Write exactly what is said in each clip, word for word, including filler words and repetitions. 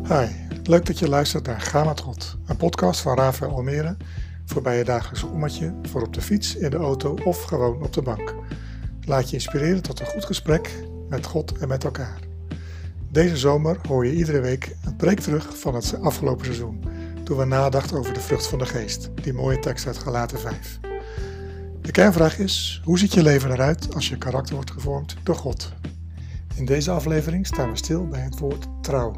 Hi, leuk dat je luistert naar Ga met God, een podcast van Rafael Almere voor bij je dagelijkse ommetje, voor op de fiets, in de auto of gewoon op de bank. Laat je inspireren tot een goed gesprek met God en met elkaar. Deze zomer hoor je iedere week een preek terug van het afgelopen seizoen, toen we nadachten over de vrucht van de geest, die mooie tekst uit Galaten vijf. De kernvraag is, hoe ziet je leven eruit als je karakter wordt gevormd door God? In deze aflevering staan we stil bij het woord trouw.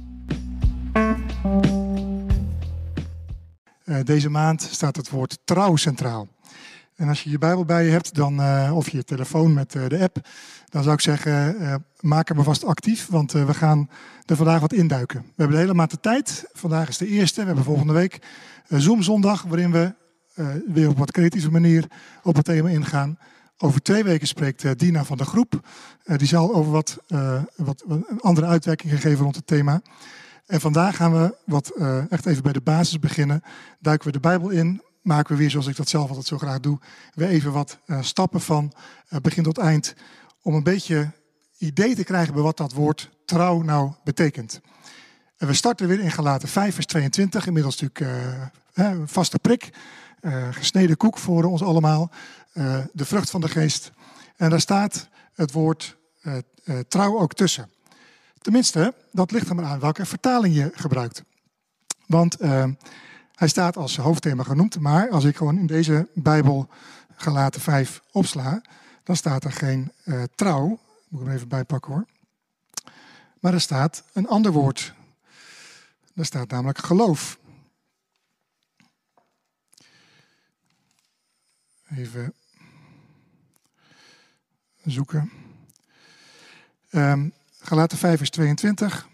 Uh, deze maand staat het woord trouw centraal. En als je je Bijbel bij je hebt, dan, uh, of je telefoon met uh, de app, dan zou ik zeggen, uh, maak hem vast actief, want uh, we gaan er vandaag wat induiken. We hebben de hele maand de tijd. Vandaag is de eerste. We hebben volgende week uh, Zoom zondag, waarin we uh, weer op wat creatieve manier op het thema ingaan. Over twee weken spreekt uh, Dina van de groep. Uh, die zal over wat, uh, wat een andere uitwerking geven rond het thema. En vandaag gaan we wat uh, echt even bij de basis beginnen. Duiken we de Bijbel in. Maken we weer, zoals ik dat zelf altijd zo graag doe, weer even wat uh, stappen van uh, begin tot eind. Om een beetje idee te krijgen bij wat dat woord trouw nou betekent. En we starten weer in Galaten vijf vers tweeëntwintig. Inmiddels natuurlijk uh, een vaste prik. Uh, gesneden koek voor ons allemaal. Uh, de vrucht van de geest. En daar staat het woord uh, uh, trouw ook tussen. Tenminste, dat ligt er maar aan welke vertaling je gebruikt. Want uh, hij staat als hoofdthema genoemd. Maar als ik gewoon in deze Bijbel Galaten vijf opsla, dan staat er geen uh, trouw. Moet ik hem even bijpakken hoor. Maar er staat een ander woord. Er staat namelijk geloof. Even zoeken. Um, Galaten vijf vers tweeëntwintig.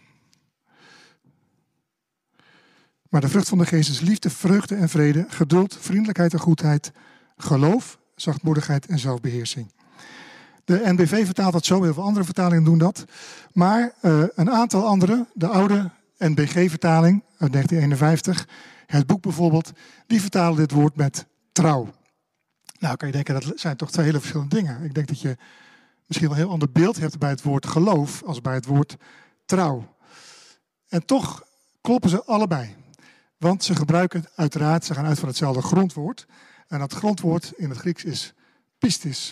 Maar de vrucht van de geest is liefde, vreugde en vrede, geduld, vriendelijkheid en goedheid, geloof, zachtmoedigheid en zelfbeheersing. De N B V vertaalt dat zo, heel veel andere vertalingen doen dat. Maar uh, een aantal andere, de oude N B G-vertaling uit negentien eenenvijftig, het boek bijvoorbeeld, die vertalen dit woord met trouw. Nou kan je denken, dat zijn toch twee hele verschillende dingen. Ik denk dat je misschien wel een heel ander beeld hebt bij het woord geloof als bij het woord trouw. En toch kloppen ze allebei. Want ze gebruiken uiteraard, ze gaan uit van hetzelfde grondwoord. En dat grondwoord in het Grieks is pistis.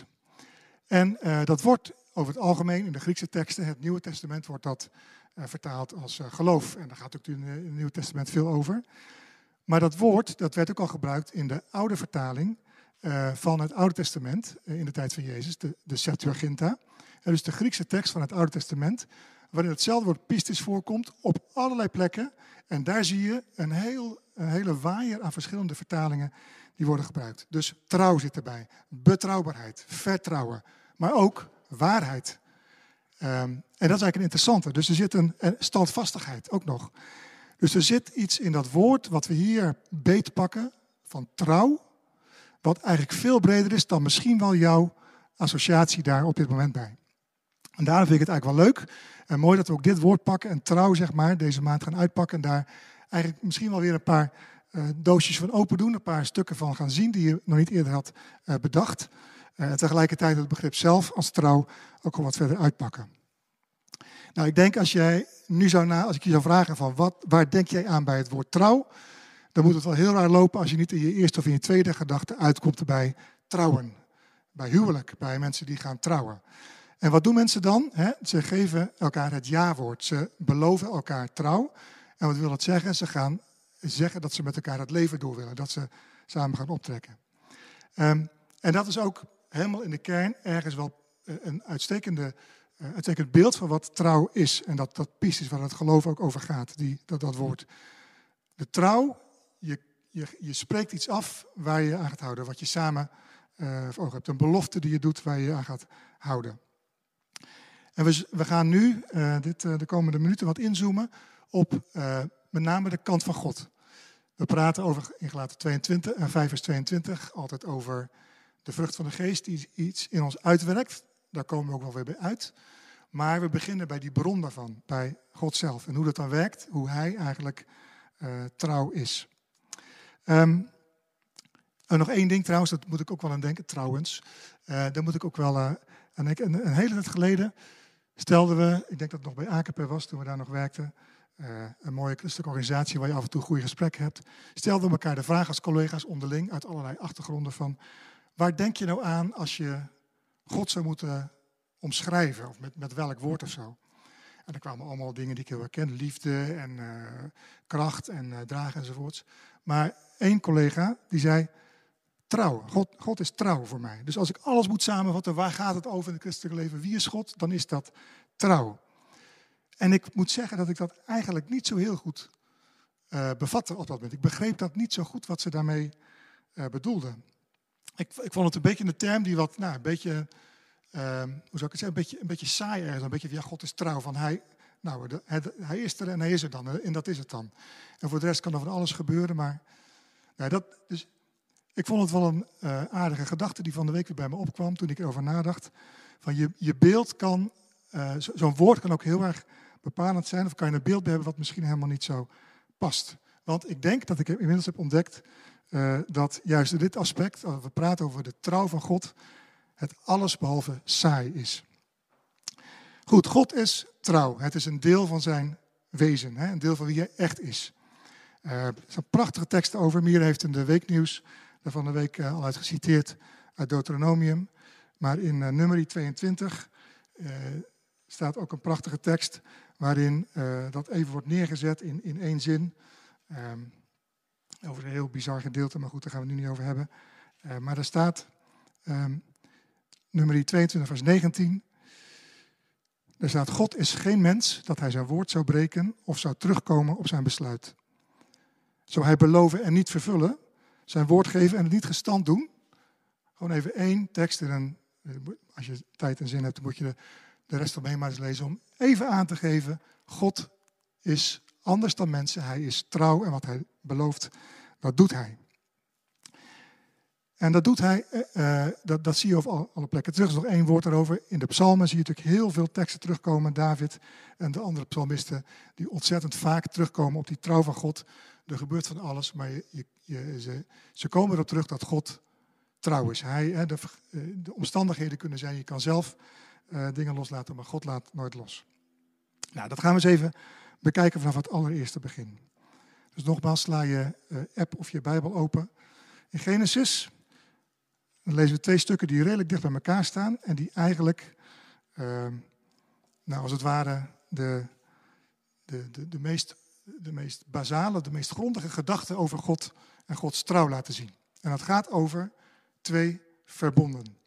En uh, dat wordt over het algemeen in de Griekse teksten, het Nieuwe Testament, wordt dat uh, vertaald als uh, geloof. En daar gaat ook in, in het Nieuwe Testament veel over. Maar dat woord, dat werd ook al gebruikt in de oude vertaling uh, van het Oude Testament, uh, in de tijd van Jezus, de, de Septuaginta. En dus de Griekse tekst van het Oude Testament, waarin hetzelfde woord pistis voorkomt op allerlei plekken. En daar zie je een, heel, een hele waaier aan verschillende vertalingen die worden gebruikt. Dus trouw zit erbij, betrouwbaarheid, vertrouwen, maar ook waarheid. Um, en dat is eigenlijk een interessante. Dus er zit een, een standvastigheid ook nog. Dus er zit iets in dat woord wat we hier beetpakken van trouw, wat eigenlijk veel breder is dan misschien wel jouw associatie daar op dit moment bij. En daarom vind ik het eigenlijk wel leuk en mooi dat we ook dit woord pakken en trouw zeg maar deze maand gaan uitpakken. En daar eigenlijk misschien wel weer een paar uh, doosjes van open doen. Een paar stukken van gaan zien die je nog niet eerder had uh, bedacht. Uh, en tegelijkertijd het begrip zelf als trouw ook al wat verder uitpakken. Nou, ik denk als jij nu zou na, als ik je zou vragen van wat, waar denk jij aan bij het woord trouw, dan moet het wel heel raar lopen als je niet in je eerste of in je tweede gedachte uitkomt bij trouwen. Bij huwelijk, bij mensen die gaan trouwen. En wat doen mensen dan? He, ze geven elkaar het ja-woord. Ze beloven elkaar trouw. En wat wil dat zeggen? Ze gaan zeggen dat ze met elkaar het leven door willen. Dat ze samen gaan optrekken. Um, en dat is ook helemaal in de kern ergens wel een uitstekende, uh, uitstekend beeld van wat trouw is. En dat, dat pistis waar het geloof ook over gaat. Die, dat, dat woord. De trouw, je, je, je spreekt iets af waar je aan gaat houden. Wat je samen uh, voor ogen hebt. Een belofte die je doet waar je aan gaat houden. En we, we gaan nu uh, dit, uh, de komende minuten wat inzoomen op uh, met name de kant van God. We praten over in Galaten tweeëntwintig en vijf vers tweeëntwintig altijd over de vrucht van de geest die iets in ons uitwerkt. Daar komen we ook wel weer bij uit. Maar we beginnen bij die bron daarvan, bij God zelf. En hoe dat dan werkt, hoe hij eigenlijk uh, trouw is. Um, en nog één ding trouwens, dat moet ik ook wel aan denken, trouwens. Uh, daar moet ik ook wel uh, aan denken. Een, een hele tijd geleden stelden we, ik denk dat het nog bij A K P was toen we daar nog werkten, uh, een mooie christelijke organisatie waar je af en toe goede gesprekken hebt, stelden we elkaar de vraag als collega's onderling uit allerlei achtergronden van, waar denk je nou aan als je God zou moeten omschrijven, of met, met welk woord of zo? En er kwamen allemaal dingen die ik heel herken, liefde en uh, kracht en uh, dragen enzovoorts. Maar één collega die zei, trouw. God, God is trouw voor mij. Dus als ik alles moet samenvatten, waar gaat het over in het christelijke leven? Wie is God? Dan is dat trouw. En ik moet zeggen dat ik dat eigenlijk niet zo heel goed uh, bevatte op dat moment. Ik begreep dat niet zo goed wat ze daarmee uh, bedoelden. Ik, ik vond het een beetje een term die wat, nou, een beetje, uh, hoe zou ik het zeggen, een beetje, een beetje saai ergens. Een beetje van, ja, God is trouw. Van hij, nou, de, hij, hij is er en hij is er dan. En dat is het dan. En voor de rest kan er van alles gebeuren. Maar nou, dat, dus, ik vond het wel een uh, aardige gedachte die van de week weer bij me opkwam toen ik erover nadacht. Van je, je beeld kan, uh, zo, zo'n woord kan ook heel erg bepalend zijn. Of kan je een beeld hebben wat misschien helemaal niet zo past. Want ik denk dat ik inmiddels heb ontdekt uh, dat juist in dit aspect, als we praten over de trouw van God, het allesbehalve saai is. Goed, God is trouw. Het is een deel van zijn wezen. Hè? Een deel van wie hij echt is. Uh, er zijn prachtige teksten over. Mier heeft in de weeknieuws daar van de week uh, al uit geciteerd uit Deuteronomium. Maar in uh, Numeri tweeëntwintig uh, staat ook een prachtige tekst waarin uh, dat even wordt neergezet in, in één zin. Um, over een heel bizar gedeelte, maar goed, daar gaan we het nu niet over hebben. Uh, maar daar staat, um, Numeri tweeëntwintig vers negentien. Er staat, God is geen mens dat hij zijn woord zou breken of zou terugkomen op zijn besluit. Zou hij beloven en niet vervullen, zijn woord geven en het niet gestand doen? Gewoon even één tekst in een, als je tijd en zin hebt, dan moet je de, de rest omheen maar eens lezen om even aan te geven, God is anders dan mensen, hij is trouw en wat hij belooft, dat doet hij. En dat doet hij, uh, dat, dat zie je op alle plekken terug. Er is nog één woord daarover. In de psalmen zie je natuurlijk heel veel teksten terugkomen. David en de andere psalmisten die ontzettend vaak terugkomen op die trouw van God. Er gebeurt van alles, maar je, je, je, ze, ze komen erop terug dat God trouw is. Hij, hè, de, de omstandigheden kunnen zijn, je kan zelf uh, dingen loslaten, maar God laat nooit los. Nou, dat gaan we eens even bekijken vanaf het allereerste begin. Dus nogmaals, sla je uh, app of je Bijbel open. In Genesis dan lezen we twee stukken die redelijk dicht bij elkaar staan en die eigenlijk, uh, nou als het ware, de, de, de, de, meest, de meest basale, de meest grondige gedachten over God en Gods trouw laten zien. En dat gaat over twee verbonden.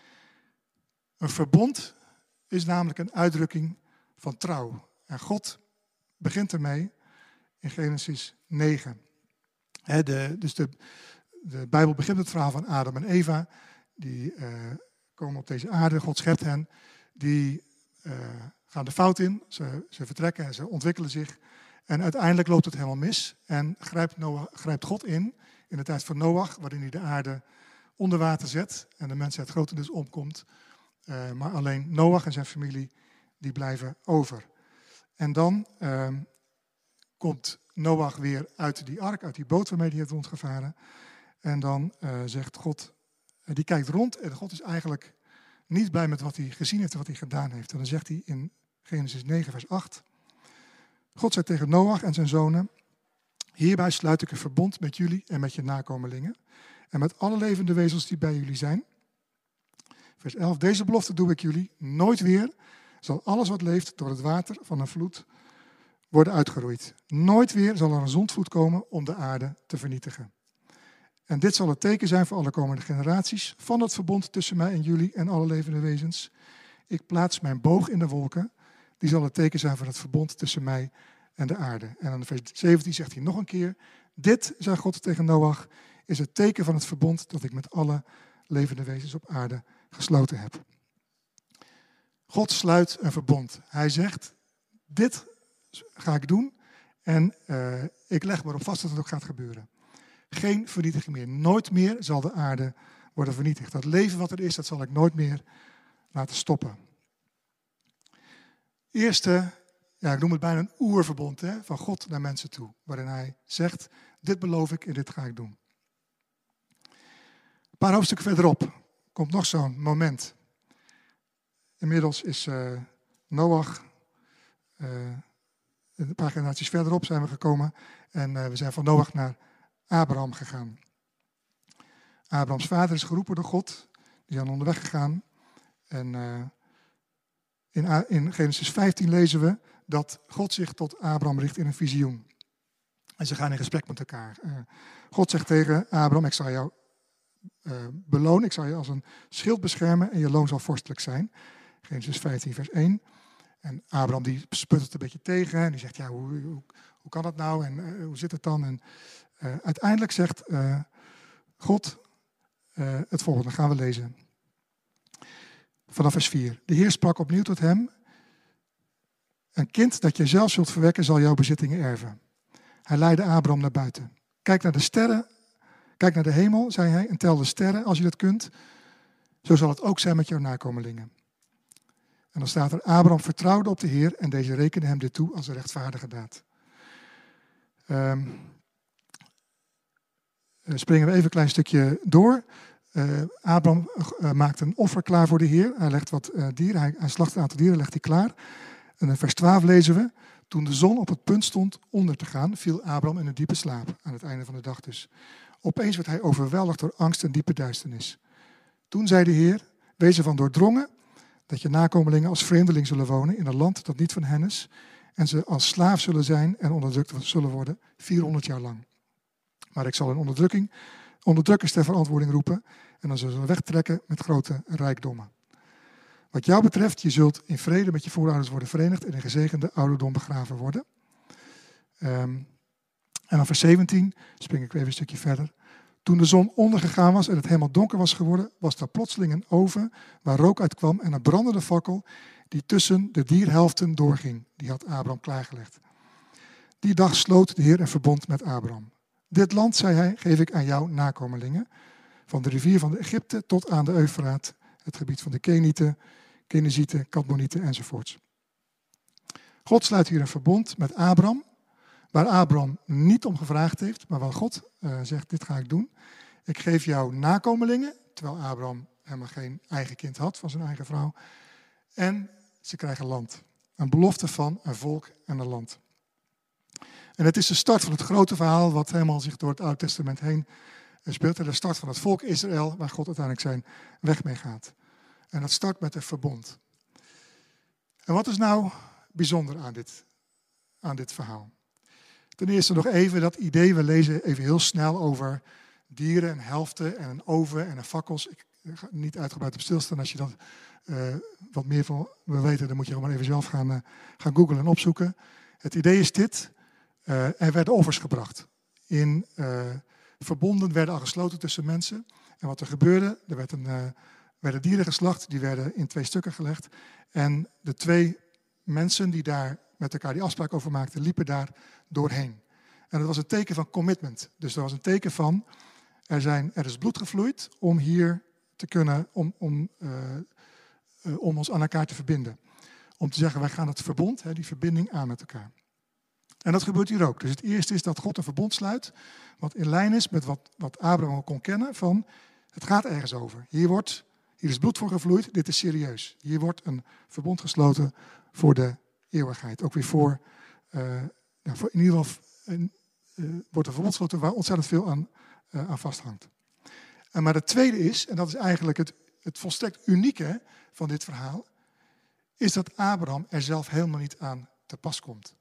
Een verbond is namelijk een uitdrukking van trouw. En God begint ermee in Genesis negen. He, de, dus de... De Bijbel begint met het verhaal van Adam en Eva. Die uh, komen op deze aarde, God schept hen. Die uh, gaan de fout in, ze, ze vertrekken en ze ontwikkelen zich. En uiteindelijk loopt het helemaal mis. En grijpt, Noach, grijpt God in, in de tijd van Noach, waarin hij de aarde onder water zet. En de mensheid grotendeels omkomt. Uh, maar alleen Noach en zijn familie, die blijven over. En dan uh, komt Noach weer uit die ark, uit die boot waarmee hij heeft rondgevaren. En dan uh, zegt God, uh, die kijkt rond en God is eigenlijk niet blij met wat hij gezien heeft en wat hij gedaan heeft. En dan zegt hij in Genesis negen vers acht. God zei tegen Noach en zijn zonen, hierbij sluit ik een verbond met jullie en met je nakomelingen. En met alle levende wezens die bij jullie zijn. Vers elf, deze belofte doe ik jullie, nooit weer zal alles wat leeft door het water van een vloed worden uitgeroeid. Nooit weer zal er een zondvloed komen om de aarde te vernietigen. En dit zal het teken zijn voor alle komende generaties van het verbond tussen mij en jullie en alle levende wezens. Ik plaats mijn boog in de wolken. Die zal het teken zijn voor het verbond tussen mij en de aarde. En aan vers zeventien zegt hij nog een keer. Dit, zei God tegen Noach, is het teken van het verbond dat ik met alle levende wezens op aarde gesloten heb. God sluit een verbond. Hij zegt, dit ga ik doen en uh, ik leg me erop vast dat het ook gaat gebeuren. Geen vernietiging meer. Nooit meer zal de aarde worden vernietigd. Dat leven wat er is, dat zal ik nooit meer laten stoppen. Eerste, ja, ik noem het bijna een oerverbond, hè, van God naar mensen toe. Waarin hij zegt, dit beloof ik en dit ga ik doen. Een paar hoofdstukken verderop komt nog zo'n moment. Inmiddels is uh, Noach uh, een paar generaties verderop zijn we gekomen en uh, we zijn van Noach naar Abraham gegaan. Abrahams vader is geroepen door God. Die zijn onderweg gegaan. En uh, in, in Genesis vijftien lezen we dat God zich tot Abraham richt in een visioen. En ze gaan in gesprek met elkaar. Uh, God zegt tegen Abraham, ik zal jou uh, belonen, ik zal je als een schild beschermen en je loon zal vorstelijk zijn. Genesis vijftien vers één. En Abraham die sputtert een beetje tegen en die zegt, ja, hoe, hoe, hoe kan dat nou en uh, hoe zit het dan? En uh, uiteindelijk zegt uh, God uh, het volgende, gaan we lezen. Vanaf vers vier. De Heer sprak opnieuw tot hem, een kind dat je zelf zult verwekken zal jouw bezittingen erven. Hij leidde Abraham naar buiten. Kijk naar de sterren, kijk naar de hemel, zei hij, en tel de sterren als je dat kunt. Zo zal het ook zijn met jouw nakomelingen. En dan staat er, Abraham vertrouwde op de Heer en deze rekende hem dit toe als een rechtvaardige daad. Um, springen we even een klein stukje door. Uh, Abraham uh, maakt een offer klaar voor de Heer. Hij legt wat uh, dieren, hij, hij slacht een aantal dieren, legt hij klaar. En in vers twaalf lezen we, toen de zon op het punt stond onder te gaan, viel Abraham in een diepe slaap, aan het einde van de dag dus. Opeens werd hij overweldigd door angst en diepe duisternis. Toen zei de Heer, wees ervan doordrongen dat je nakomelingen als vreemdeling zullen wonen in een land dat niet van hen is, en ze als slaaf zullen zijn en onderdrukt zullen worden vierhonderd jaar lang. Maar ik zal hun onderdrukking, onderdrukkers ter verantwoording roepen en dan zullen ze wegtrekken met grote rijkdommen. Wat jou betreft, je zult in vrede met je voorouders worden verenigd en in gezegende ouderdom begraven worden. Um, en dan vers zeventien, spring ik even een stukje verder. Toen de zon ondergegaan was en het helemaal donker was geworden, was daar plotseling een oven waar rook uit kwam en een brandende fakkel die tussen de dierhelften doorging. Die had Abraham klaargelegd. Die dag sloot de Heer een verbond met Abraham. Dit land, zei hij, geef ik aan jouw nakomelingen. Van de rivier van de Egypte tot aan de Eufraat, het gebied van de Kenieten, Kenezieten, Kadmonieten enzovoorts. God sluit hier een verbond met Abraham, waar Abraham niet om gevraagd heeft, maar waar God uh, zegt, dit ga ik doen. Ik geef jou nakomelingen, terwijl Abraham helemaal geen eigen kind had van zijn eigen vrouw. En ze krijgen land. Een belofte van een volk en een land. En het is de start van het grote verhaal wat helemaal zich door het Oude Testament heen speelt. De start van het volk Israël, waar God uiteindelijk zijn weg mee gaat. En dat start met een verbond. En wat is nou bijzonder aan dit, aan dit verhaal? Ten eerste nog even dat idee, we lezen even heel snel over dieren en helften en een oven en een fakkels. Ik ga niet uitgebreid op stilstaan. Als je dat uh, wat meer van wil weten, dan moet je gewoon maar even zelf gaan, uh, gaan googlen en opzoeken. Het idee is dit, uh, er werden offers gebracht. In uh, verbonden werden al gesloten tussen mensen. En wat er gebeurde, er werd een, uh, werden dieren geslacht, die werden in twee stukken gelegd. En de twee mensen die daar met elkaar die afspraak over maakten, liepen daar doorheen. En dat was een teken van commitment. Dus dat was een teken van, er, zijn, er is bloed gevloeid om hier te kunnen, om, om, uh, uh, om ons aan elkaar te verbinden. Om te zeggen, wij gaan het verbond, hè, die verbinding aan met elkaar. En dat gebeurt hier ook. Dus het eerste is dat God een verbond sluit, wat in lijn is met wat, wat Abraham al kon kennen, van het gaat ergens over. Hier, wordt, hier is bloed voor gevloeid, dit is serieus. Hier wordt een verbond gesloten voor de eeuwigheid. Ook weer voor, uh, nou, voor in ieder geval uh, uh, wordt een verbond gesloten waar ontzettend veel aan, uh, aan vasthangt. En maar het tweede is, en dat is eigenlijk het, het volstrekt unieke van dit verhaal, is dat Abraham er zelf helemaal niet aan te pas komt.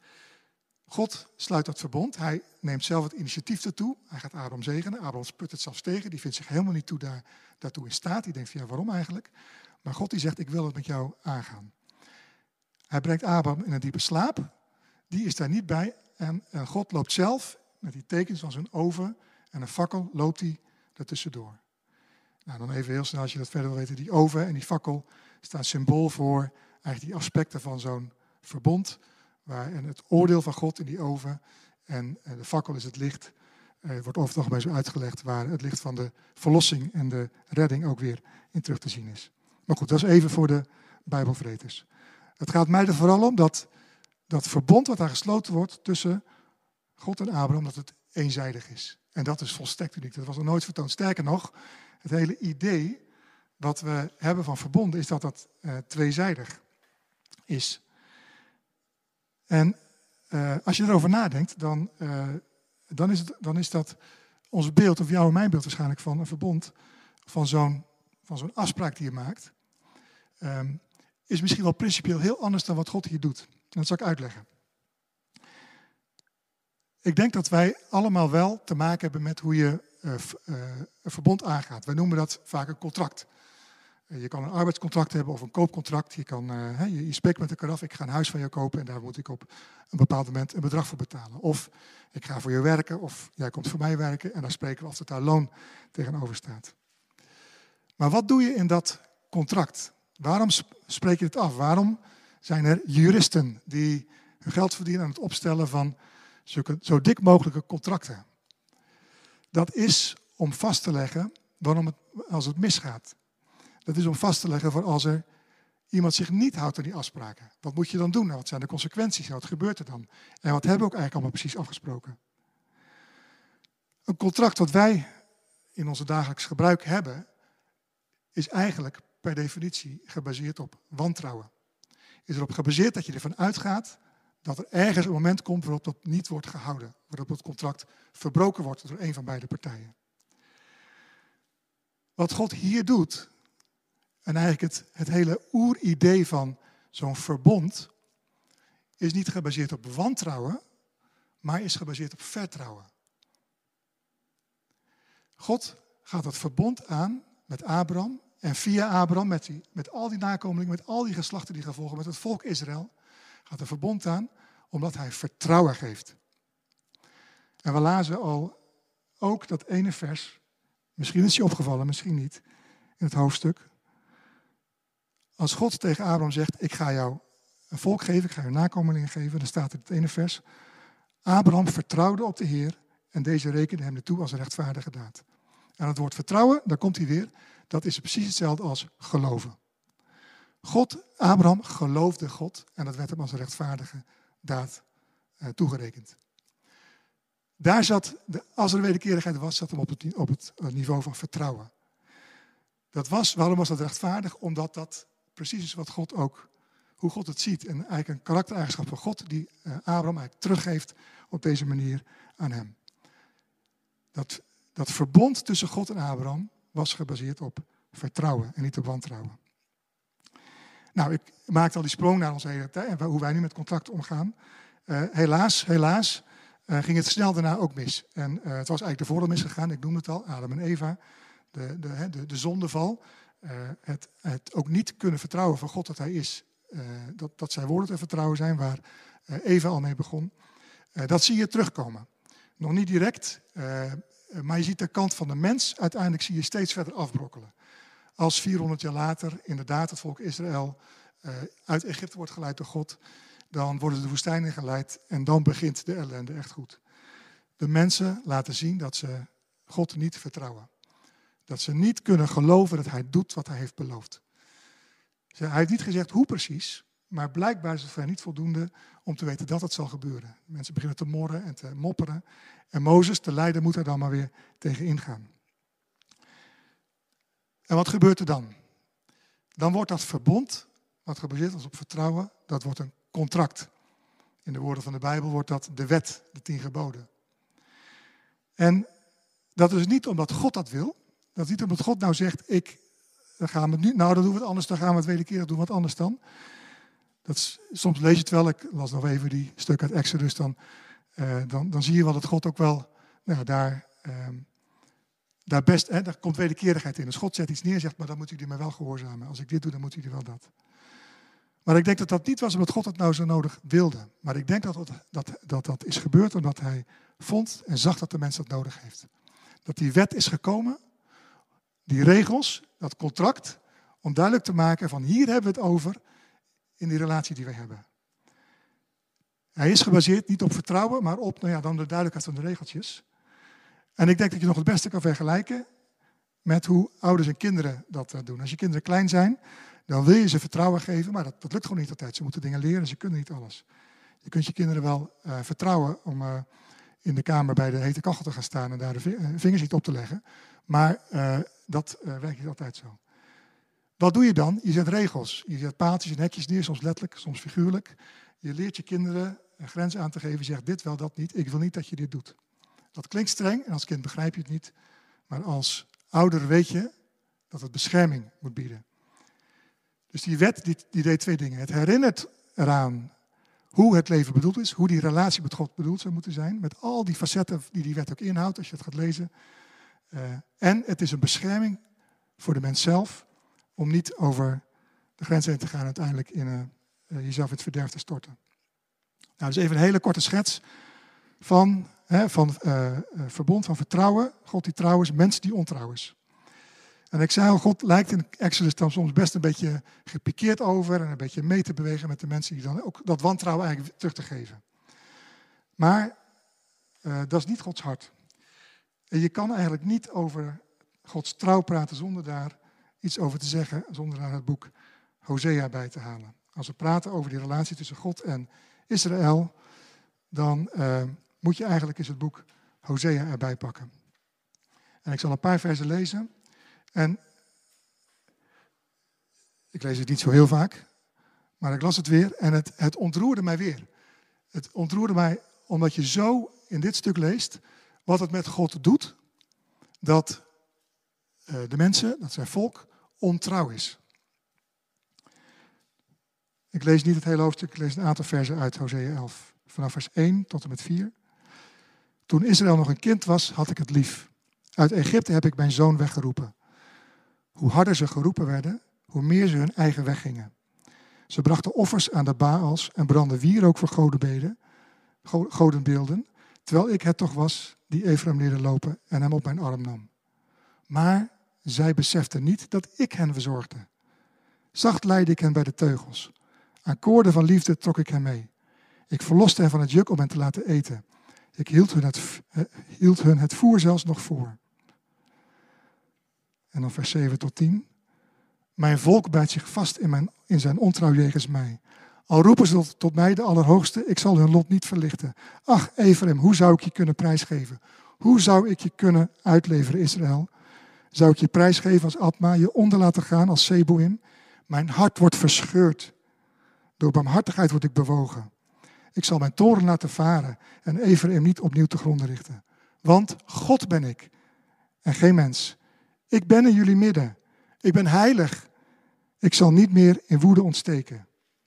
God sluit dat verbond. Hij neemt zelf het initiatief ertoe. Hij gaat Abraham zegenen. Abraham sput het zelfs tegen. Die vindt zich helemaal niet toe daar, daartoe in staat. Die denkt van ja, waarom eigenlijk? Maar God die zegt, ik wil het met jou aangaan. Hij brengt Abraham in een diepe slaap. Die is daar niet bij. En, en God loopt zelf met die tekens van zijn oven en een fakkel loopt hij er tussendoor. Nou, dan even heel snel als je dat verder wil weten. Die oven en die fakkel staan symbool voor eigenlijk die aspecten van zo'n verbond. Waar, en het oordeel van God in die oven en, en de fakkel is het licht. Uh, wordt over het algemeen zo uitgelegd waar het licht van de verlossing en de redding ook weer in terug te zien is. Maar goed, dat is even voor de Bijbelvreters. Het gaat mij er vooral om dat dat verbond wat daar gesloten wordt tussen God en Abraham, dat het eenzijdig is. En dat is volstrekt uniek. Dat was nog nooit vertoond. Sterker nog, het hele idee wat we hebben van verbonden is dat dat uh, tweezijdig is. En uh, als je erover nadenkt, dan, uh, dan, is het, dan is dat ons beeld, of jouw en mijn beeld waarschijnlijk, van een verbond, van zo'n, van zo'n afspraak die je maakt, um, is misschien wel principieel heel anders dan wat God hier doet. En dat zal ik uitleggen. Ik denk dat wij allemaal wel te maken hebben met hoe je uh, uh, een verbond aangaat. Wij noemen dat vaak een contract. Uh, je kan een arbeidscontract hebben of een koopcontract. Je, kan, uh, he, je, je spreekt met elkaar af, ik ga een huis van jou kopen en daar moet ik op een bepaald moment een bedrag voor betalen. Of ik ga voor je werken of jij komt voor mij werken en dan spreken we of er daar loon tegenover staat. Maar wat doe je in dat contract? Waarom spreek je het af? Waarom zijn er juristen die hun geld verdienen aan het opstellen van zulke, zo dik mogelijke contracten? Dat is om vast te leggen waarom het, als het misgaat. Dat is om vast te leggen voor als er iemand zich niet houdt aan die afspraken. Wat moet je dan doen? Wat zijn de consequenties? Wat gebeurt er dan? En wat hebben we ook eigenlijk allemaal precies afgesproken? Een contract wat wij in onze dagelijks gebruik hebben, is eigenlijk per definitie gebaseerd op wantrouwen. Is erop gebaseerd dat je ervan uitgaat dat er ergens een moment komt waarop dat niet wordt gehouden. Waarop het contract verbroken wordt door een van beide partijen. Wat God hier doet, en eigenlijk het, het hele oeridee van zo'n verbond, is niet gebaseerd op wantrouwen, maar is gebaseerd op vertrouwen. God gaat het verbond aan met Abraham en via Abraham, met, die, met al die nakomelingen, met al die geslachten die gaan volgen, met het volk Israël, gaat een verbond aan omdat hij vertrouwen geeft. En we lazen al ook dat ene vers, misschien is je opgevallen, misschien niet, in het hoofdstuk. Als God tegen Abraham zegt, ik ga jou een volk geven, ik ga jou nakomelingen geven, dan staat er het ene vers. Abraham vertrouwde op de Heer en deze rekende hem toe als een rechtvaardige daad. En het woord vertrouwen, daar komt hij weer, dat is precies hetzelfde als geloven. God, Abraham geloofde God en dat werd hem als een rechtvaardige daad uh, toegerekend. Daar zat, de, als er een wederkerigheid was, zat hem op het, op het niveau van vertrouwen. Dat was, waarom was dat rechtvaardig? Omdat dat precies is wat God ook, hoe God het ziet. En eigenlijk een karaktereigenschap van God die uh, Abraham eigenlijk teruggeeft op deze manier aan hem. Dat, dat verbond tussen God en Abraham was gebaseerd op vertrouwen en niet op wantrouwen. Nou, ik maakte al die sprong naar onze hele tijd en hoe wij nu met contracten omgaan. Uh, helaas, helaas uh, ging het snel daarna ook mis. En uh, het was eigenlijk de vooral misgegaan, ik noemde het al, Adam en Eva, de, de, de, de zondeval. Uh, het, het ook niet kunnen vertrouwen van God dat hij is. Uh, dat, dat zijn woorden te vertrouwen zijn, waar uh, Eva al mee begon. Uh, dat zie je terugkomen. Nog niet direct, uh, maar je ziet de kant van de mens uiteindelijk zie je steeds verder afbrokkelen. Als vierhonderd jaar later inderdaad het volk Israël uh, uit Egypte wordt geleid door God, dan worden ze de woestijn ingeleid en dan begint de ellende echt goed. De mensen laten zien dat ze God niet vertrouwen. Dat ze niet kunnen geloven dat hij doet wat hij heeft beloofd. Hij heeft niet gezegd hoe precies, maar blijkbaar is het voor hen niet voldoende om te weten dat het zal gebeuren. Mensen beginnen te morren en te mopperen. En Mozes, de leider, moet er dan maar weer tegen ingaan. En wat gebeurt er dan? Dan wordt dat verbond, wat gebaseerd is op vertrouwen, dat wordt een contract. In de woorden van de Bijbel wordt dat de wet, de tien geboden. En dat is niet omdat God dat wil. Dat is niet omdat God nou zegt, ik, dan gaan we het nu, nou dan doen we het anders, dan gaan we het wederkerig doen, wat anders dan. Dat is, soms lees je het wel, ik las nog even die stuk uit Exodus, dan, uh, dan, dan zie je wel dat God ook wel nou, daar, um, daar best, hè, daar komt wederkerigheid in. Dus God zet iets neer en zegt, maar dan moet jullie mij wel gehoorzamen. Als ik dit doe, dan moeten jullie wel dat. Maar ik denk dat dat niet was omdat God het nou zo nodig wilde. Maar ik denk dat dat, dat, dat, dat is gebeurd omdat hij vond en zag dat de mens dat nodig heeft. Dat die wet is gekomen, die regels, dat contract, om duidelijk te maken van hier hebben we het over in die relatie die we hebben. Hij is gebaseerd niet op vertrouwen, maar op nou ja, dan de duidelijkheid van de regeltjes. En ik denk dat je nog het beste kan vergelijken met hoe ouders en kinderen dat doen. Als je kinderen klein zijn, dan wil je ze vertrouwen geven, maar dat, dat lukt gewoon niet altijd. Ze moeten dingen leren, ze kunnen niet alles. Je kunt je kinderen wel uh, vertrouwen om uh, in de kamer bij de hete kachel te gaan staan en daar de vingers niet op te leggen. Maar uh, dat uh, werkt niet altijd zo. Wat doe je dan? Je zet regels. Je zet paaltjes en hekjes neer, soms letterlijk, soms figuurlijk. Je leert je kinderen grenzen aan te geven. Zegt dit wel, dat niet. Ik wil niet dat je dit doet. Dat klinkt streng en als kind begrijp je het niet. Maar als ouder weet je dat het bescherming moet bieden. Dus die wet die, die deed twee dingen. Het herinnert eraan hoe het leven bedoeld is. Hoe die relatie met God bedoeld zou moeten zijn. Met al die facetten die die wet ook inhoudt als je het gaat lezen. Uh, en het is een bescherming voor de mens zelf. Om niet over de grens heen te gaan en uiteindelijk in, uh, uh, jezelf in het verderf te storten. Nou, dus even een hele korte schets van, hè, van uh, uh, verbond, van vertrouwen. God die trouw is, mens die ontrouw is. En ik zei al, God lijkt in Exodus dan soms best een beetje gepikeerd over en een beetje mee te bewegen met de mensen die dan ook dat wantrouwen eigenlijk terug te geven. Maar uh, dat is niet Gods hart. En je kan eigenlijk niet over Gods trouw praten zonder daar iets over te zeggen, zonder daar het boek Hosea bij te halen. Als we praten over die relatie tussen God en Israël, dan uh, moet je eigenlijk eens het boek Hosea erbij pakken. En ik zal een paar versen lezen. En ik lees het niet zo heel vaak, maar ik las het weer en het, het ontroerde mij weer. Het ontroerde mij omdat je zo in dit stuk leest wat het met God doet, dat uh, de mensen, dat zijn volk, ontrouw is. Ik lees niet het hele hoofdstuk, ik lees een aantal versen uit Hosea elf, vanaf vers één tot en met vier. Toen Israël nog een kind was, had ik het lief. Uit Egypte heb ik mijn zoon weggeroepen. Hoe harder ze geroepen werden, hoe meer ze hun eigen weg gingen. Ze brachten offers aan de Baals en brandden wierook voor godenbeden, godenbeelden, terwijl ik het toch was die Ephraim leerde lopen en hem op mijn arm nam. Maar zij beseften niet dat ik hen verzorgde. Zacht leidde ik hen bij de teugels. Aan koorden van liefde trok ik hen mee. Ik verloste hen van het juk om hen te laten eten. Ik hield hun het, hield hun het voer zelfs nog voor. En dan vers zeven tot tien. Mijn volk bijt zich vast in, mijn, in zijn ontrouw jegens mij. Al roepen ze tot, tot mij de Allerhoogste, ik zal hun lot niet verlichten. Ach, Ephraim, hoe zou ik je kunnen prijsgeven? Hoe zou ik je kunnen uitleveren, Israël? Zou ik je prijsgeven als Atma, je onder laten gaan als Seboim? Mijn hart wordt verscheurd. Door barmhartigheid word ik bewogen. Ik zal mijn toren laten varen en Ephraim niet opnieuw te gronden richten. Want God ben ik en geen mens. Ik ben in jullie midden. Ik ben heilig. Ik zal niet meer in woede ontsteken.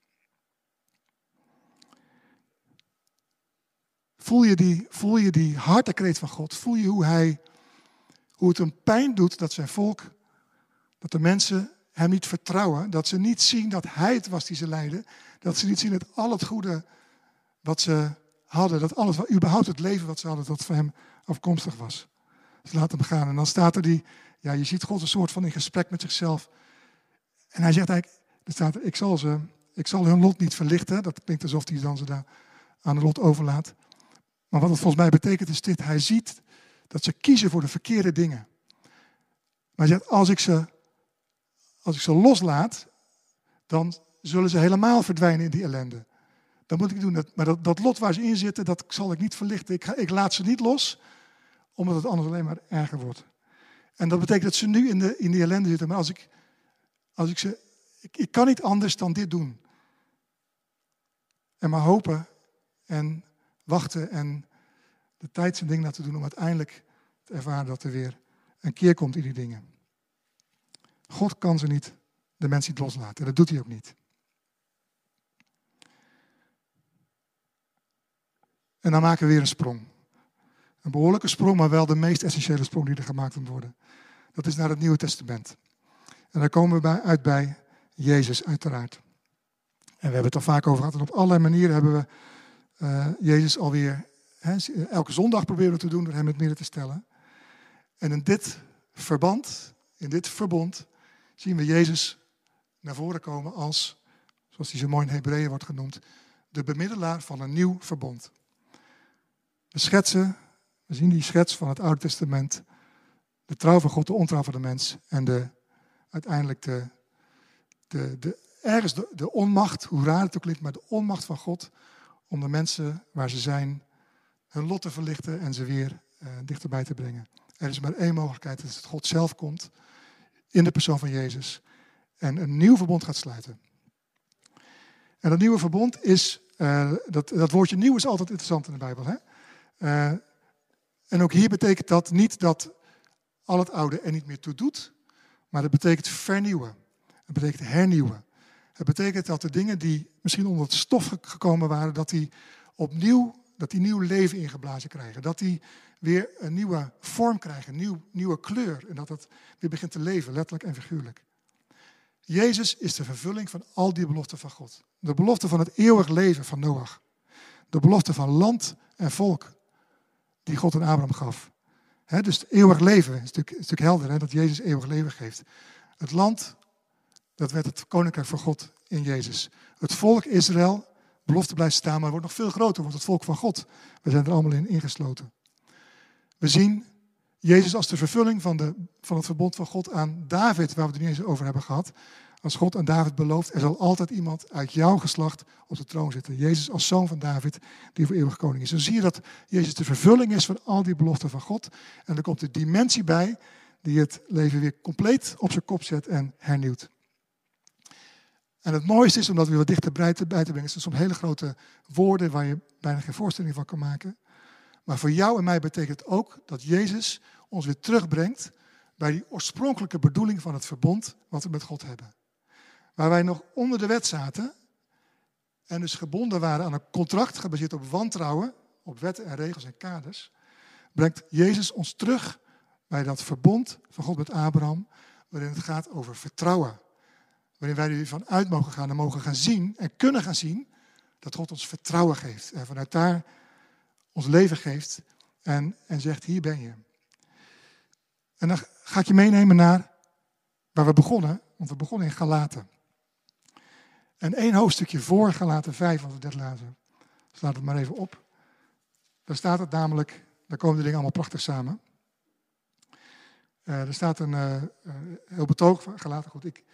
Voel je die, voel je die hartekreet van God? Voel je hoe, hij, hoe het hem pijn doet dat zijn volk, dat de mensen hem niet vertrouwen. Dat ze niet zien dat hij het was die ze leidde. Dat ze niet zien dat al het goede wat ze hadden, dat alles, überhaupt het leven wat ze hadden, dat voor hem afkomstig was. Ze laten hem gaan. En dan staat er die, ja, je ziet God een soort van in gesprek met zichzelf. En hij zegt eigenlijk, er staat, ik zal, ze, ik zal hun lot niet verlichten. Dat klinkt alsof hij dan ze daar aan het lot overlaat. Maar wat het volgens mij betekent is dit. Hij ziet dat ze kiezen voor de verkeerde dingen. Maar hij zegt, als ik ze, als ik ze loslaat, dan zullen ze helemaal verdwijnen in die ellende. Dan moet ik doen. Dat, maar dat, dat lot waar ze in zitten, dat zal ik niet verlichten. Ik, ga, ik laat ze niet los, omdat het anders alleen maar erger wordt. En dat betekent dat ze nu in, de, in die ellende zitten. Maar als ik, als ik ze... Ik, ik kan niet anders dan dit doen. En maar hopen en wachten en de tijd zijn ding laten doen om uiteindelijk te ervaren dat er weer een keer komt in die dingen. God kan ze niet, de mens niet loslaten. En dat doet hij ook niet. En dan maken we weer een sprong. Een behoorlijke sprong, maar wel de meest essentiële sprong die er gemaakt moet worden. Dat is naar het Nieuwe Testament. En daar komen we bij, uit bij Jezus uiteraard. En we hebben het er vaak over gehad. En op allerlei manieren hebben we uh, Jezus alweer... Hè, elke zondag proberen we te doen door hem in het midden te stellen. En in dit verband, in dit verbond, zien we Jezus naar voren komen als, zoals hij zo mooi in Hebreeën wordt genoemd, de bemiddelaar van een nieuw verbond. We schetsen, we zien die schets van het Oude Testament, de trouw van God, de ontrouw van de mens en de, uiteindelijk de, de, de, ergens de, de onmacht, hoe raar het ook klinkt, maar de onmacht van God om de mensen waar ze zijn hun lot te verlichten en ze weer uh, dichterbij te brengen. Er is maar één mogelijkheid, dat is dat God zelf komt in de persoon van Jezus en een nieuw verbond gaat sluiten. En dat nieuwe verbond is uh, dat, dat woordje nieuw is altijd interessant in de Bijbel. Hè? Uh, en ook hier betekent dat niet dat al het oude er niet meer toe doet, maar dat betekent vernieuwen. Het betekent hernieuwen. Het betekent dat de dingen die misschien onder het stof gekomen waren, dat die opnieuw, dat die nieuw leven ingeblazen krijgen. Dat die weer een nieuwe vorm krijgen, een nieuw, nieuwe kleur. En dat het weer begint te leven, letterlijk en figuurlijk. Jezus is de vervulling van al die beloften van God. De belofte van het eeuwig leven van Noach. De belofte van land en volk die God aan Abraham gaf. He, dus het eeuwig leven is natuurlijk, is natuurlijk helder, he, dat Jezus eeuwig leven geeft. Het land, dat werd het koninkrijk van God in Jezus. Het volk Israël, belofte blijft staan, maar wordt nog veel groter, wordt het volk van God. We zijn er allemaal in ingesloten. We zien Jezus als de vervulling van, de, van het verbond van God aan David, waar we het er niet eens over hebben gehad. Als God aan David belooft, er zal altijd iemand uit jouw geslacht op de troon zitten. Jezus als zoon van David, die voor eeuwig koning is. Dan zie je dat Jezus de vervulling is van al die beloften van God. En er komt een dimensie bij die het leven weer compleet op zijn kop zet en hernieuwt. En het mooiste is, om dat weer wat dichterbij te, bij te brengen, het zijn soms hele grote woorden waar je bijna geen voorstelling van kan maken. Maar voor jou en mij betekent het ook dat Jezus ons weer terugbrengt bij die oorspronkelijke bedoeling van het verbond wat we met God hebben. Waar wij nog onder de wet zaten en dus gebonden waren aan een contract gebaseerd op wantrouwen, op wetten en regels en kaders, brengt Jezus ons terug bij dat verbond van God met Abraham, waarin het gaat over vertrouwen. Waarin wij er weer van uit mogen gaan en mogen gaan zien en kunnen gaan zien dat God ons vertrouwen geeft. En vanuit daar ons leven geeft en, en zegt, hier ben je. En dan ga ik je meenemen naar waar we begonnen, want we begonnen in Galaten. En één hoofdstukje voor Galaten vijf, wat we net lazen. Slaat het maar even op. Daar staat het namelijk, daar komen de dingen allemaal prachtig samen. Uh, er staat een uh, uh, heel betoog van Galaten, goed, ik...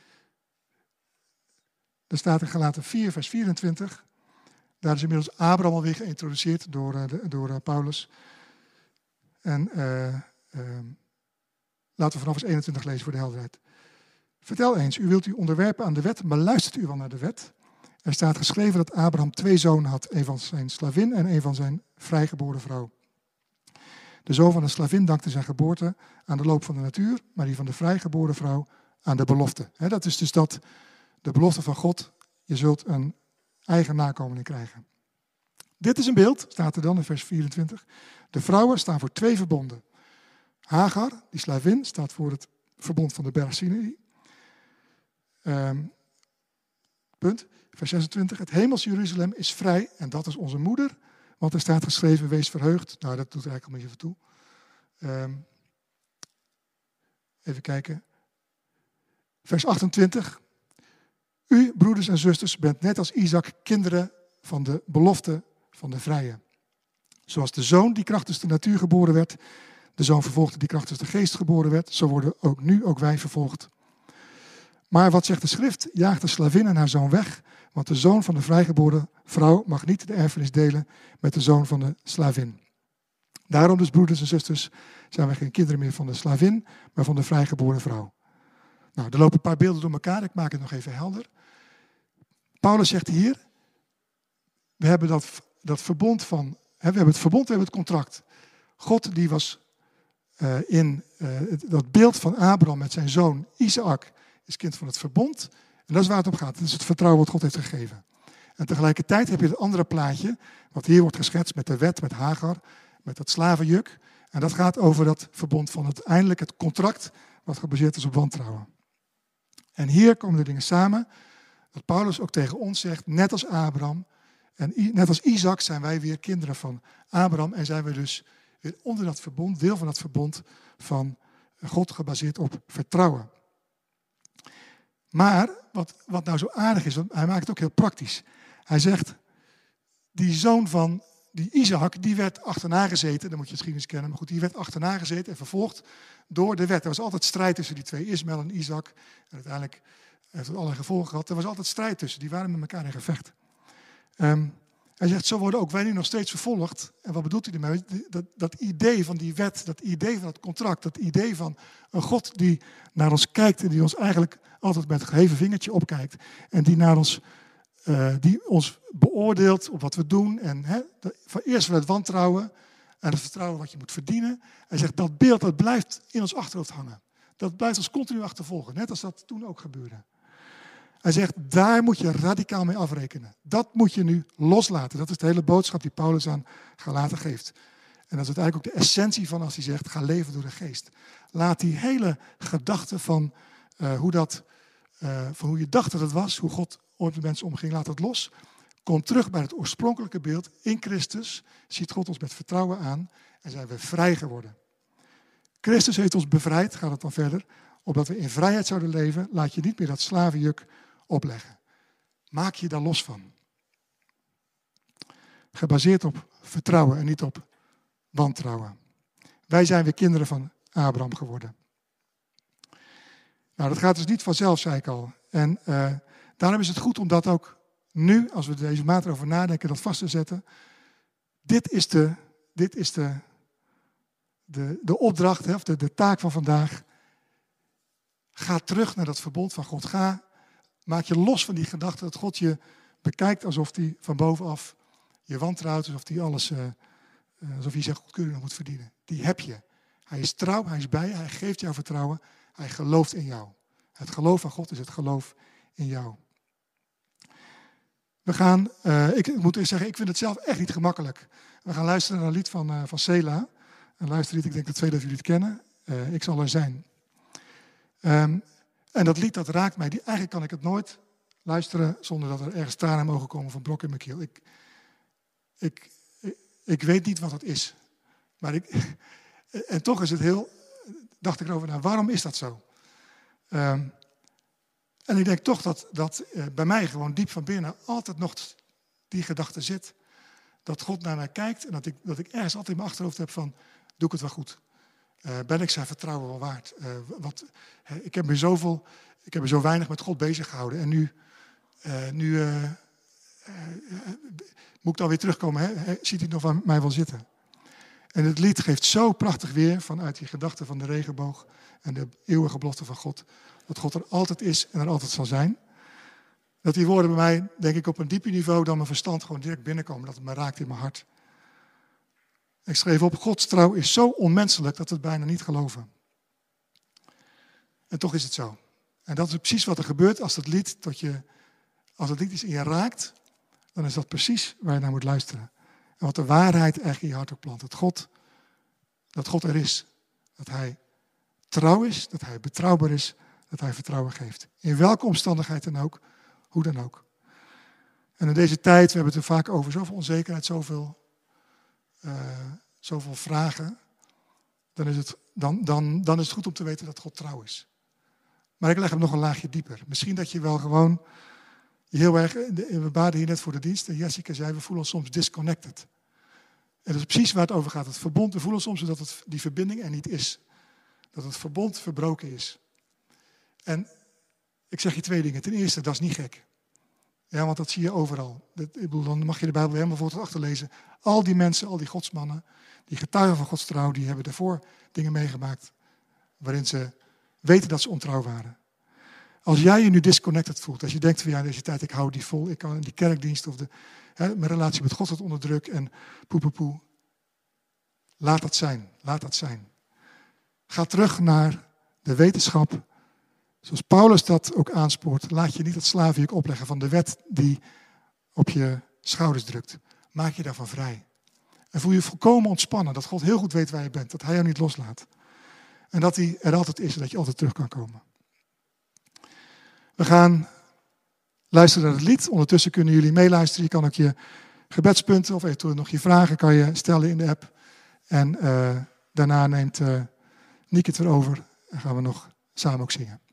Er staat in Galaten vier, vers vierentwintig. Daar is inmiddels Abraham alweer geïntroduceerd door, uh, de, door uh, Paulus. En uh, uh, laten we vanaf vers eenentwintig lezen voor de helderheid. Vertel eens, u wilt u onderwerpen aan de wet, maar luistert u wel naar de wet? Er staat geschreven dat Abraham twee zonen had, een van zijn slavin en een van zijn vrijgeboren vrouw. De zoon van de slavin dankte zijn geboorte aan de loop van de natuur, maar die van de vrijgeboren vrouw aan de belofte. He, dat is dus dat... De belofte van God, je zult een eigen nakomeling krijgen. Dit is een beeld, staat er dan in vers vierentwintig. De vrouwen staan voor twee verbonden. Hagar, die slavin, staat voor het verbond van de berg Sinaï. Um, punt, vers zesentwintig. Het hemels Jeruzalem is vrij en dat is onze moeder. Want er staat geschreven, wees verheugd. Nou, dat doet er eigenlijk al niet even toe. Um, even kijken. Vers achtentwintig. U, broeders en zusters, bent net als Isaac kinderen van de belofte van de vrije. Zoals de zoon die krachtens de natuur geboren werd, de zoon vervolgde die krachtens de geest geboren werd, zo worden ook nu ook wij vervolgd. Maar wat zegt de schrift? Jaagt de slavin en haar zoon weg, want de zoon van de vrijgeboren vrouw mag niet de erfenis delen met de zoon van de slavin. Daarom dus, broeders en zusters, zijn wij geen kinderen meer van de slavin, maar van de vrijgeboren vrouw. Nou, er lopen een paar beelden door elkaar, ik maak het nog even helder. Paulus zegt hier, we hebben dat, dat verbond van, hè, we hebben het verbond, we hebben het contract. God die was uh, in uh, het, dat beeld van Abraham met zijn zoon Isaac, is kind van het verbond. En dat is waar het om gaat, dat is het vertrouwen wat God heeft gegeven. En tegelijkertijd heb je het andere plaatje, wat hier wordt geschetst met de wet, met Hagar, met dat slavenjuk. En dat gaat over dat verbond van uiteindelijk het contract, wat gebaseerd is op wantrouwen. En hier komen de dingen samen, dat Paulus ook tegen ons zegt, net als Abraham en net als Isaac zijn wij weer kinderen van Abraham en zijn we dus weer onder dat verbond, deel van dat verbond van God gebaseerd op vertrouwen. Maar wat, wat nou zo aardig is, want hij maakt het ook heel praktisch. Hij zegt, die zoon van die Isaac, die werd achterna gezeten, dan moet je geschiedenis kennen, maar goed, die werd achterna gezeten en vervolgd door de wet. Er was altijd strijd tussen die twee, Ismaël en Isaac. En uiteindelijk heeft het allerlei gevolgen gehad. Er was altijd strijd tussen, die waren met elkaar in gevecht. Um, hij zegt, zo worden ook wij nu nog steeds vervolgd. En wat bedoelt hij ermee? Dat, dat idee van die wet, dat idee van het contract, dat idee van een God die naar ons kijkt en die ons eigenlijk altijd met een geheven vingertje opkijkt. En die naar ons uh, die ons beoordeelt op wat we doen. En hè, van eerst van het wantrouwen en het vertrouwen wat je moet verdienen. Hij zegt dat beeld dat blijft in ons achterhoofd hangen. Dat blijft ons continu achtervolgen, net als dat toen ook gebeurde. Hij zegt, daar moet je radicaal mee afrekenen. Dat moet je nu loslaten. Dat is de hele boodschap die Paulus aan Galaten geeft. En dat is uiteindelijk ook de essentie van als hij zegt, ga leven door de geest. Laat die hele gedachte van, uh, hoe, dat, uh, van hoe je dacht dat het was, hoe God ooit met mensen omging, laat dat los. Kom terug bij het oorspronkelijke beeld. In Christus ziet God ons met vertrouwen aan en zijn we vrij geworden. Christus heeft ons bevrijd, gaat het dan verder. Opdat we in vrijheid zouden leven, laat je niet meer dat slavenjuk opleggen. Maak je daar los van. Gebaseerd op vertrouwen en niet op wantrouwen. Wij zijn weer kinderen van Abraham geworden. Nou, dat gaat dus niet vanzelf, zei ik al. En uh, daarom is het goed om dat ook nu, als we deze maand erover nadenken, dat vast te zetten. Dit is de, dit is de, de, de opdracht, hè, of de, de taak van vandaag. Ga terug naar dat verbond van God. Ga, maak je los van die gedachte dat God je bekijkt alsof hij van bovenaf je wantrouwt, alsof hij alles, uh, uh, alsof hij zijn goedkeuring nog moet verdienen. Die heb je. Hij is trouw, hij is bij je, hij geeft jou vertrouwen, hij gelooft in jou. Het geloof van God is het geloof in jou. We gaan, uh, ik moet zeggen, ik vind het zelf echt niet gemakkelijk. We gaan luisteren naar een lied van, uh, van Sela. Een luisterlied, ik denk dat twee dat jullie het kennen. Uh, ik zal er zijn. Um, en dat lied, dat raakt mij. Die, eigenlijk kan ik het nooit luisteren zonder dat er ergens tranen mogen komen van brok in mijn keel. Ik, ik, ik, ik weet niet wat het is. Maar ik, en toch is het heel, dacht ik erover na, waarom is dat zo? Um, en ik denk toch dat, dat uh, bij mij gewoon diep van binnen altijd nog die gedachte zit. Dat God naar mij kijkt en dat ik, dat ik ergens altijd in mijn achterhoofd heb van, doe ik het wel goed? Uh, ben ik zijn vertrouwen wel waard? Uh, wat, uh, ik, heb me zoveel, ik heb me zo weinig met God bezig gehouden. En nu, uh, nu uh, uh, uh, moet ik dan weer terugkomen. Hè? He, ziet hij nog van mij wel zitten? En het lied geeft zo prachtig weer vanuit die gedachte van de regenboog en de eeuwige belofte van God. Dat God er altijd is en er altijd zal zijn. Dat die woorden bij mij, denk ik, op een dieper niveau dan mijn verstand gewoon direct binnenkomen. Dat het me raakt in mijn hart. Ik schreef op, Gods trouw is zo onmenselijk dat we het bijna niet geloven. En toch is het zo. En dat is precies wat er gebeurt als het lied, tot je, als het lied iets in je raakt, dan is dat precies waar je naar moet luisteren. En wat de waarheid eigenlijk in je hart ook plant. Dat God, dat God er is. Dat hij trouw is, dat hij betrouwbaar is, dat hij vertrouwen geeft. In welke omstandigheid dan ook, hoe dan ook. En in deze tijd, we hebben het er vaak over, zoveel onzekerheid, zoveel... Uh, zoveel vragen, dan is, het, dan, dan, dan is het goed om te weten dat God trouw is. Maar ik leg hem nog een laagje dieper. Misschien dat je wel gewoon je heel erg... We baden hier net voor de dienst en Jessica zei, we voelen ons soms disconnected. En dat is precies waar het over gaat. Het verbond, we voelen soms dat het, die verbinding er niet is. Dat het verbond verbroken is. En ik zeg je twee dingen. Ten eerste, dat is niet gek. Ja, want dat zie je overal. Dat, ik bedoel, dan mag je de Bijbel helemaal voor het achterlezen. Al die mensen, al die godsmannen, die getuigen van Gods trouw, die hebben daarvoor dingen meegemaakt waarin ze weten dat ze ontrouw waren. Als jij je nu disconnected voelt, als je denkt van ja, in deze tijd, ik hou die vol, ik kan in die kerkdienst of de, hè, mijn relatie met God staat onder druk en poe, poe, poe. Laat dat zijn, laat dat zijn. Ga terug naar de wetenschap. Zoals Paulus dat ook aanspoort, laat je niet het slavenjuk opleggen van de wet die op je schouders drukt. Maak je daarvan vrij. En voel je volkomen ontspannen, dat God heel goed weet waar je bent, dat hij jou niet loslaat. En dat hij er altijd is en dat je altijd terug kan komen. We gaan luisteren naar het lied. Ondertussen kunnen jullie meeluisteren. Je kan ook je gebedspunten of eventueel nog je vragen kan je stellen in de app. En uh, daarna neemt uh, Niek het weer over en gaan we nog samen ook zingen.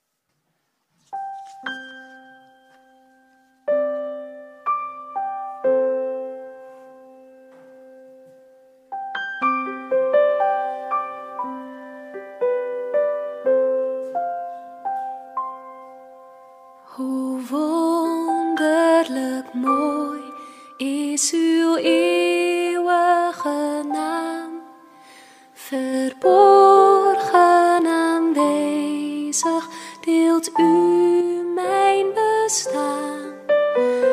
Hoe wonderlijk mooi is uw eeuwige naam, verborgen aanwezig deelt u mijn bestaan.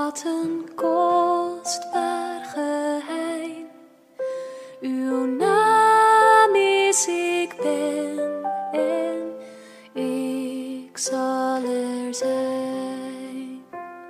Wat een kostbaar geheim. Uw naam is ik ben en ik zal er zijn.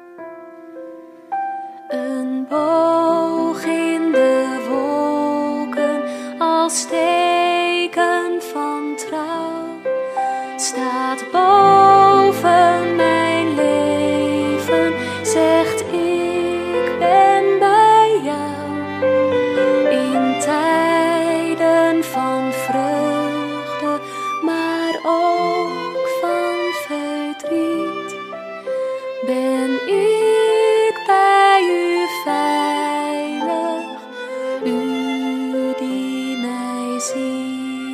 Een boog in de wolken als teken van trouw staat boven mijn leven, zegt ik ben bij jou. In tijden van vreugde, maar ook van verdriet, ben ik bij u veilig, u die mij ziet.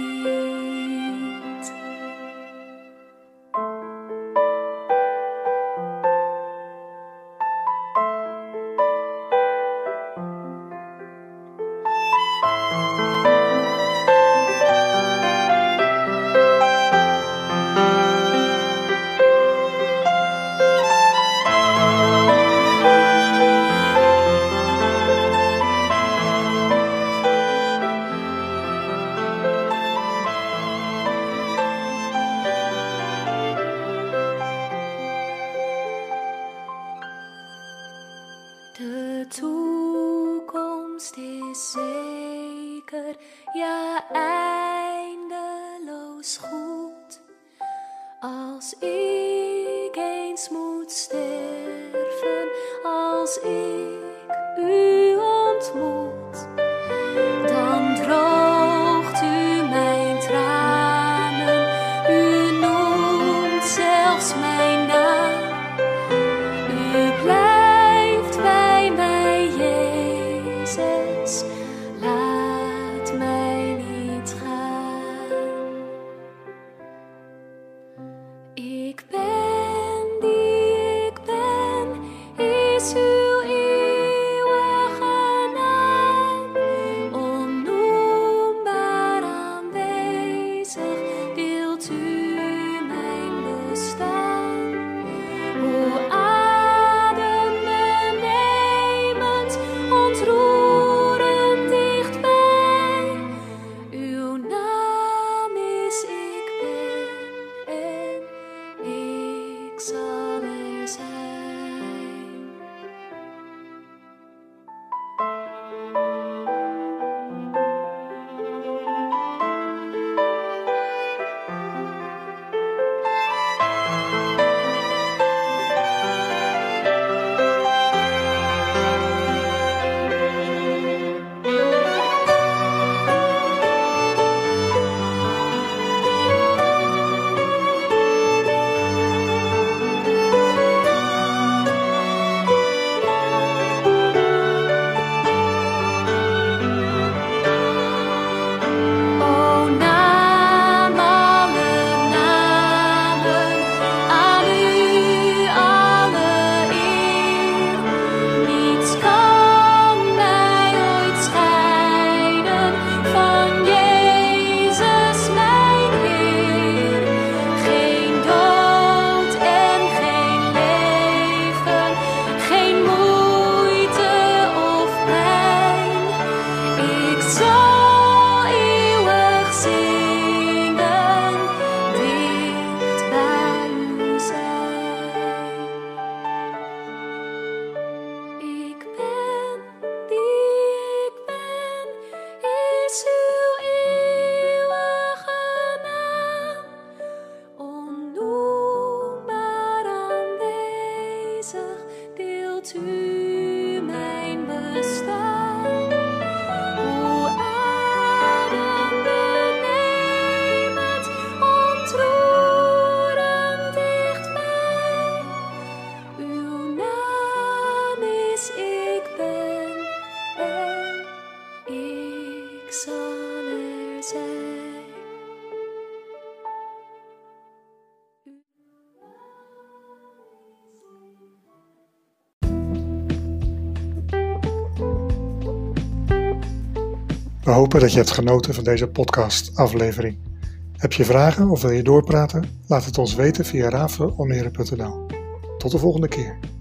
De toekomst is zeker, ja eindeloos goed. Als ik eens moet sterven, als ik u ontmoet, dan droogt u mijn tranen, u noemt zelfs mijn naam. U blijft bij mij, Jezus, laat mij niet gaan. Ik ben die ik ben, is uw eeuwige naam. Onnoembaar aanwezig, deelt u mijn bestaan. O adembenemend, ontroerend dichtbij. Uw naam is ik ben en ik zal er zijn. O naam alle namen, aan u alle eer. Niets kan mij ooit scheiden van Jezus mijn Heer. Geen dood en geen leven, geen moeite of pijn. Ik zal eeuwig zingen, dicht bij u zijn. Ik ben die ik ben, is uw eeuwige naam. Onnoembaar aanwezig, deelt u mijn bestaan. O adembenemend, ontroerend dichtbij. Uw naam is ik ben en ik zal er zijn. We hopen dat je hebt genoten van deze podcast-aflevering. Heb je vragen of wil je doorpraten? Laat het ons weten via ravenalmere punt n l. Tot de volgende keer.